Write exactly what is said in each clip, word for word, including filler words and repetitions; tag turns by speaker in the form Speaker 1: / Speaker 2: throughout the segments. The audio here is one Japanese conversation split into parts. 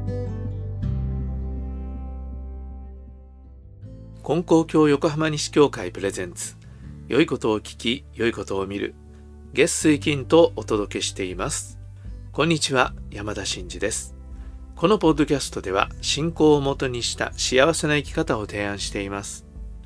Speaker 1: 金光教横浜西教会プレゼンツ、良いことを聞き良いことを見る、月水金とお届けしています。こんにちは、山田真嗣です。このポッドキャストでは信仰をもとにした幸せな生き方を提案しています。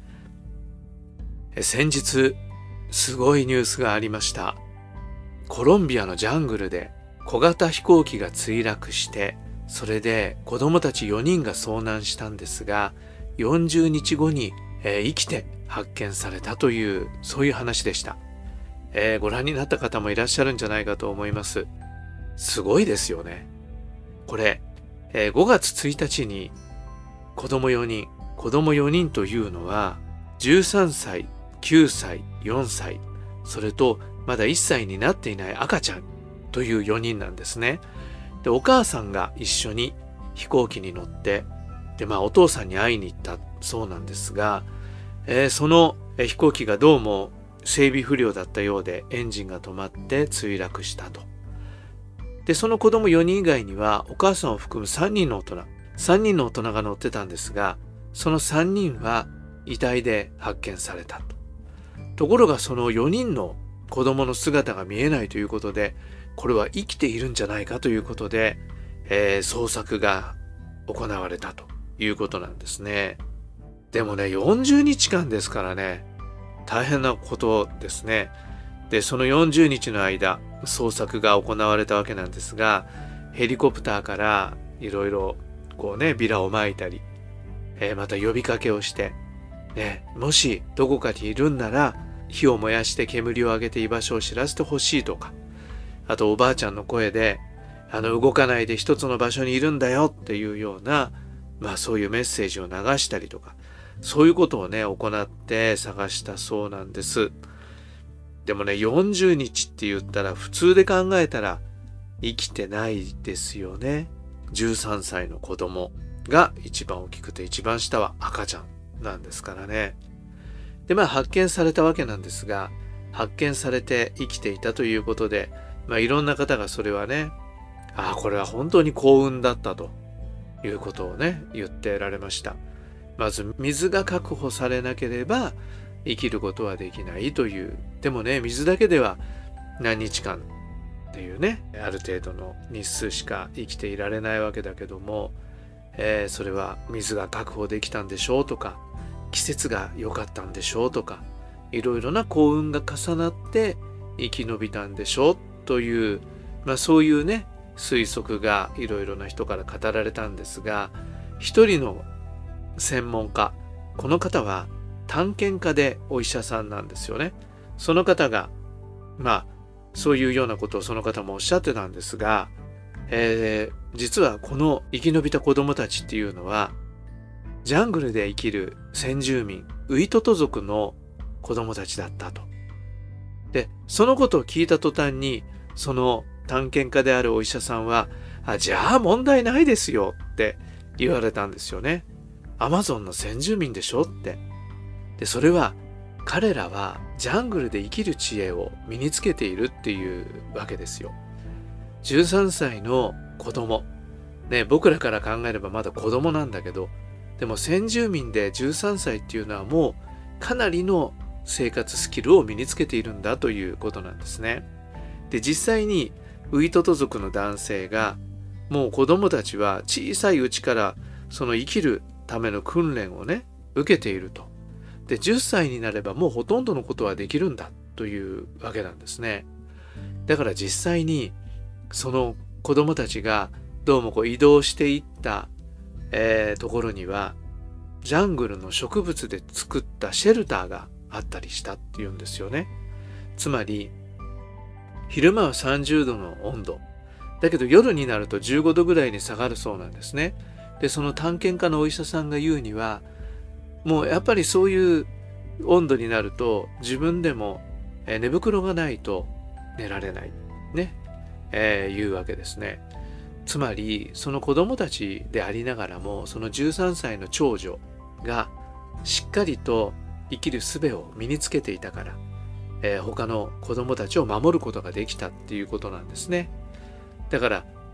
Speaker 1: 先日すごいニュースがありました。コロンビアのジャングルで小型飛行機が墜落して、それで子供たちよにんが遭難したんですが、よんじゅうにちごに、えー、生きて発見されたという、そういう話でした。えー、ご覧になった方もいらっしゃるんじゃないかと思います。すごいですよね。これ、えー、ごがつついたちに子供よにん、子供よにんというのはじゅうさんさい、きゅうさい、よんさい、それとまだいっさいになっていない赤ちゃんというよにんなんですね。で、お母さんが一緒に飛行機に乗ってで、まあ、お父さんに会いに行ったそうなんですが、えー、その飛行機がどうも整備不良だったようで、エンジンが止まって墜落したと。で、その子供よにん以外にはお母さんを含むさんにんの大人、さんにんの大人が乗ってたんですが、そのさんにんは遺体で発見されたと。ところがそのよにんの子供の姿が見えないということで、これは生きているんじゃないかということで、えー、捜索が行われたということなんですね。でもね、よんじゅうにちかんですからね、大変なことですね。で、そのよんじゅうにちの間、捜索が行われたわけなんですが、ヘリコプターからいろいろこうね、ビラを撒いたり、えー、また呼びかけをして、ね、もしどこかにいるんなら、火を燃やして煙を上げて居場所を知らせてほしいとか、あとおばあちゃんの声で、あの動かないで一つの場所にいるんだよっていうような、まあそういうメッセージを流したりとか、そういうことをね、行って探したそうなんです。でもね、よんじゅうにちって言ったら普通で考えたら生きてないですよね。じゅうさんさいの子供が一番大きくて、一番下は赤ちゃんなんですからね。で、まあ発見されたわけなんですが、発見されて生きていたということで、まあいろんな方がそれはね、ああ、これは本当に幸運だったということをね、言ってられました。まず水が確保されなければ生きることはできないという。でもね、水だけでは何日間っていうね、ある程度の日数しか生きていられないわけだけども、えー、それは水が確保できたんでしょうとか、季節が良かったんでしょうとか、いろいろな幸運が重なって生き延びたんでしょうという、まあそういうね、推測がいろいろな人から語られたんですが、一人の専門家、この方は探検家でお医者さんなんですよね。その方がまあそういうようなことをその方もおっしゃってたんですが、えー、実はこの生き延びた子供たちっていうのはジャングルで生きる先住民ウイトト族の子供たちだったと。で、そのことを聞いた途端にその探検家であるお医者さんは、あ、じゃあ問題ないですよって言われたんですよね。アマゾンの先住民でしょって。で、それは彼らはジャングルで生きる知恵を身につけているっていうわけですよ。じゅうさんさいの子供。ね、僕らから考えればまだ子供なんだけど、でも先住民でじゅうさんさいっていうのはもうかなりの生活スキルを身につけているんだということなんですね。で、実際にウイトト族の男性がもう子供たちは小さいうちからその生きるための訓練をね、受けていると。で、じゅっさいになればもうほとんどのことはできるんだというわけなんですね。だから実際にその子供たちがどうもこう移動していった、えー、ところにはジャングルの植物で作ったシェルターがあったりしたっていうんですよね。つまり昼間はさんじゅうどの温度だけど夜になるとじゅうごどぐらいに下がるそうなんですね。で、その探検家のお医者さんが言うには、もうやっぱりそういう温度になると自分でも寝袋がないと寝られないね、えー、いうわけですね。つまりその子供たちでありながらも、そのじゅうさんさいの長女がしっかりと生きる術を身につけていたから、えー、他の子供たちを守ることができたっていうことなんですね。だから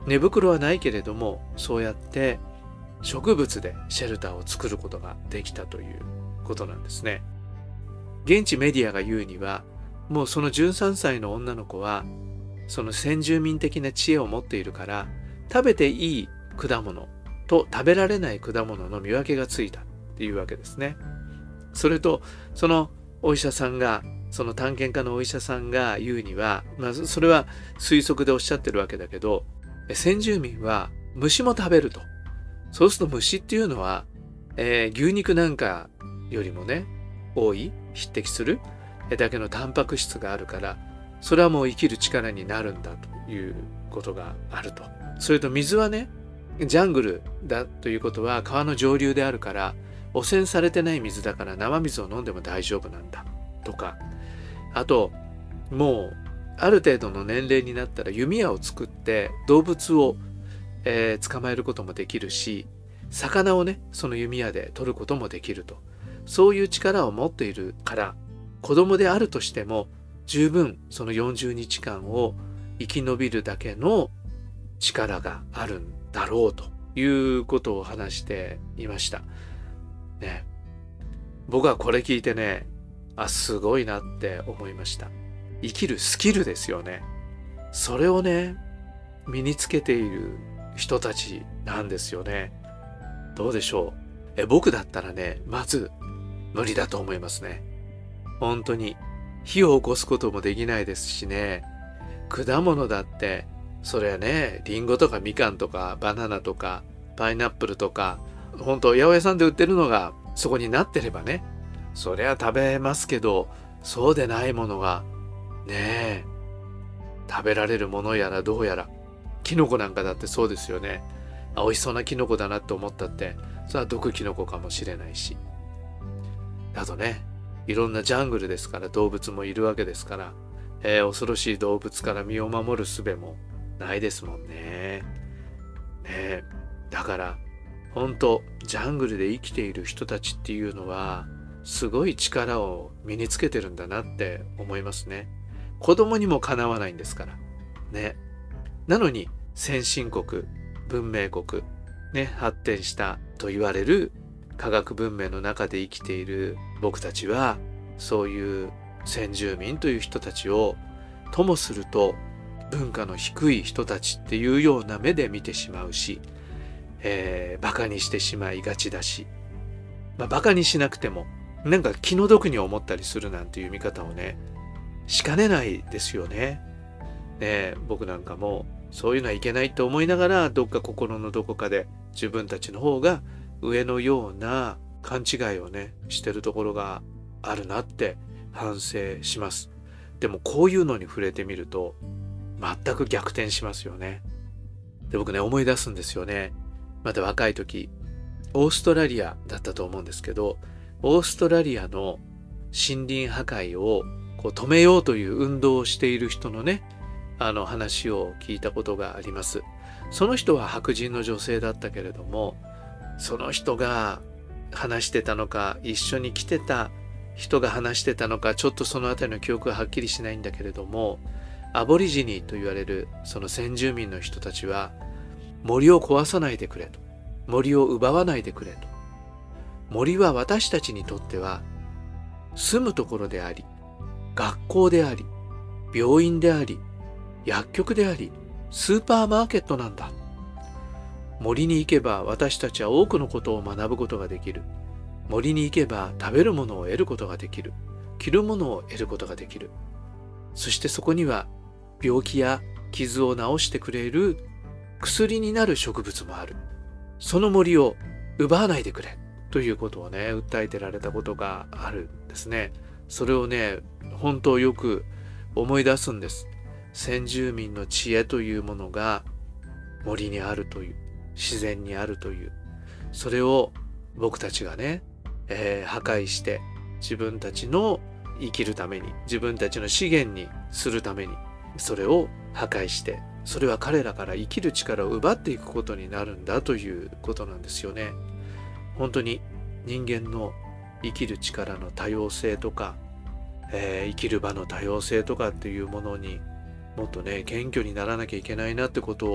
Speaker 1: 寝袋はないけれども、そうやって植物でシェルターを作ることができたということなんですね。現地メディアが言うには、もうそのじゅうさんさいの女の子はその先住民的な知恵を持っているから、食べていい果物と食べられない果物の見分けがついたっていうわけですね。それとそのお医者さんが、その探検家のお医者さんが言うには、まあ、それは推測でおっしゃってるわけだけど、先住民は虫も食べると。そうすると虫っていうのは、えー、牛肉なんかよりもね、多い、匹敵するだけのタンパク質があるから、それはもう生きる力になるんだということがあると。それと水はね、ジャングルだということは川の上流であるから、汚染されてない水だから生水を飲んでも大丈夫なんだとか、あともうある程度の年齢になったら弓矢を作って動物を、えー、捕まえることもできるし、魚をねその弓矢で取ることもできると。そういう力を持っているから、子供であるとしても十分そのよんじゅうにちかんを生き延びるだけの力があるんだろうということを話していましたね。僕はこれ聞いてね、あ、すごいなって思いました。生きるスキルですよね。それをね身につけている人たちなんですよね。どうでしょう。え僕だったらね、まず無理だと思いますね。本当に火を起こすこともできないですしね。果物だってそれはね、リンゴとかみかんとかバナナとかパイナップルとか、本当八百屋さんで売ってるのがそこになってればね、そりゃ食べますけど、そうでないものがねえ食べられるものやらどうやら、キノコなんかだってそうですよね。あ、美味しそうなキノコだなって思ったって、それは毒キノコかもしれないし、あとね、いろんなジャングルですから、動物もいるわけですから、えー、恐ろしい動物から身を守る術もないですもんね。ね、だから本当ジャングルで生きている人たちっていうのはすごい力を身につけてるんだなって思いますね。子供にもかなわないんですからね。なのに先進国、文明国ね、発展したと言われる科学文明の中で生きている僕たちは、そういう先住民という人たちをともすると文化の低い人たちっていうような目で見てしまうし、えー、バカにしてしまいがちだし、まあ、バカにしなくてもなんか気の毒に思ったりするなんていう見方をねしかねないですよね。ね、僕なんかもそういうのはいけないと思いながら、どっか心のどこかで自分たちの方が上のような勘違いをねしてるところがあるなって反省します。でもこういうのに触れてみると全く逆転しますよね。で僕ね思い出すんですよね。まだ若い時オーストラリアだったと思うんですけど、オーストラリアの森林破壊をこう止めようという運動をしている人のねあの話を聞いたことがあります。その人は白人の女性だったけれども、その人が話してたのか一緒に来てた人が話してたのか、ちょっとそのあたりの記憶ははっきりしないんだけれども、アボリジニと言われるその先住民の人たちは森を壊さないでくれと、森を奪わないでくれと、森は私たちにとっては住むところであり、学校であり、病院であり、薬局であり、スーパーマーケットなんだ。森に行けば私たちは多くのことを学ぶことができる。森に行けば食べるものを得ることができる。着るものを得ることができる。そしてそこには病気や傷を治してくれる薬になる植物もある。その森を奪わないでくれということをね訴えてられたことがあるんですね。それをね本当よく思い出すんです。先住民の知恵というものが森にあるという、自然にあるという、それを僕たちがね、えー、破壊して自分たちの生きるために、自分たちの資源にするためにそれを破壊して、それは彼らから生きる力を奪っていくことになるんだということなんですよね。本当に人間の生きる力の多様性とか、えー、生きる場の多様性とかっていうものにもっとね謙虚にならなきゃいけないなってことを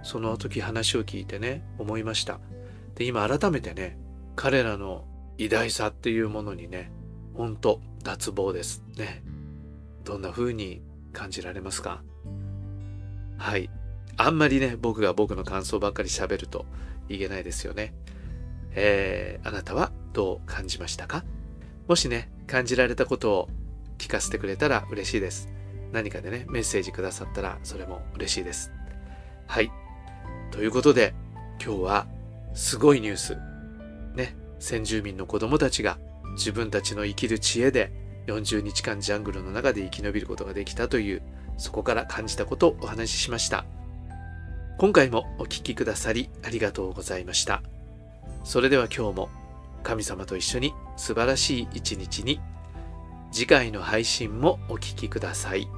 Speaker 1: その時話を聞いてね、思いました。で、今改めてね、彼らの偉大さっていうものにね、ほんと脱帽ですね。どんな風に感じられますか？はい。あんまりね、僕が僕の感想ばっかり喋るといけないですよね。えー、あなたはどう感じましたか？もしね、感じられたことを聞かせてくれたら嬉しいです。何かでね、メッセージくださったらそれも嬉しいです。はい。ということで、今日はすごいニュース。ね、先住民の子供たちが自分たちの生きる知恵でよんじゅうにちかんジャングルの中で生き延びることができたという、そこから感じたことをお話ししました。今回もお聞きくださりありがとうございました。それでは今日も神様と一緒に素晴らしい一日に。次回の配信もお聞きください。